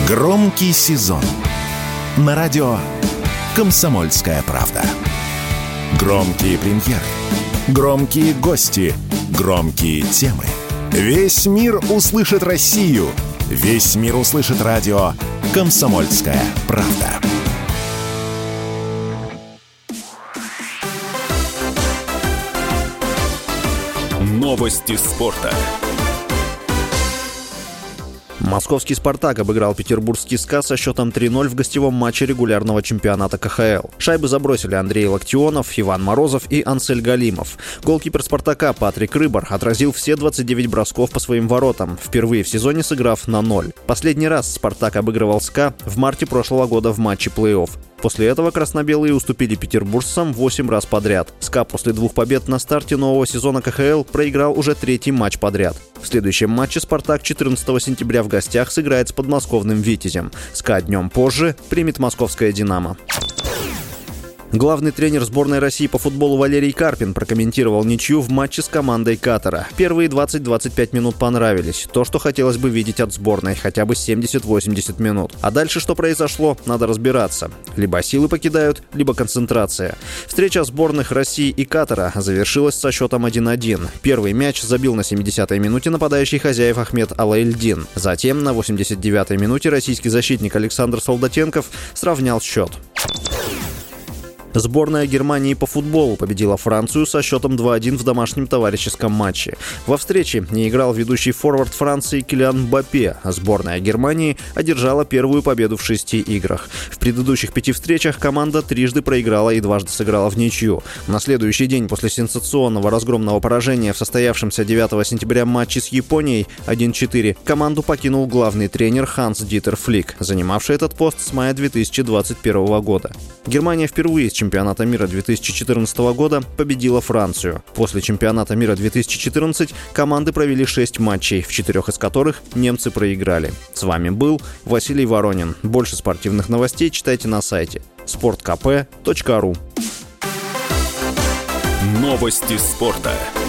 Громкий сезон на радио «Комсомольская правда». Громкие премьеры, громкие гости, громкие темы. Весь мир услышит Россию. Весь мир услышит радио «Комсомольская правда». Новости спорта. Московский «Спартак» обыграл петербургский «СКА» со счетом 3-0 в гостевом матче регулярного чемпионата КХЛ. Шайбы забросили Андрей Локтионов, Иван Морозов и Ансель Галимов. Голкипер «Спартака» Патрик Рыбар отразил все 29 бросков по своим воротам, впервые в сезоне сыграв на 0. Последний раз «Спартак» обыгрывал «СКА» в марте прошлого года в матче плей-офф. После этого красно-белые уступили петербуржцам 8 раз подряд. «СКА» после 2 побед на старте нового сезона КХЛ проиграл уже 3-й матч подряд. В следующем матче «Спартак» 14 сентября в гостях сыграет с подмосковным «Витязем». «СКА» днем позже примет московское «Динамо». Главный тренер сборной России по футболу Валерий Карпин прокомментировал ничью в матче с командой Катара. Первые 20-25 минут понравились. То, что хотелось бы видеть от сборной, хотя бы 70-80 минут. А дальше что произошло, надо разбираться. Либо силы покидают, либо концентрация. Встреча сборных России и Катара завершилась со счетом 1-1. Первый мяч забил на 70-й минуте нападающий хозяев Ахмед Алаэльдин. Затем на 89-й минуте российский защитник Александр Солдатенков сравнял счет. Сборная Германии по футболу победила Францию со счетом 2-1 в домашнем товарищеском матче. Во встрече не играл ведущий форвард Франции Килиан Мбаппе. Сборная Германии одержала первую победу в 6 играх. В предыдущих 5 встречах команда трижды проиграла и дважды сыграла в ничью. На следующий день после сенсационного разгромного поражения в состоявшемся 9 сентября матче с Японией 1-4 команду покинул главный тренер Ханс-Дитер Флик, занимавший этот пост с мая 2021 года. Германия впервые с чемпионата мира 2014 года победила Францию. После чемпионата мира 2014 команды провели 6 матчей, в 4 из которых немцы проиграли. С вами был Василий Воронин. Больше спортивных новостей читайте на сайте sportkp.ru. Новости спорта.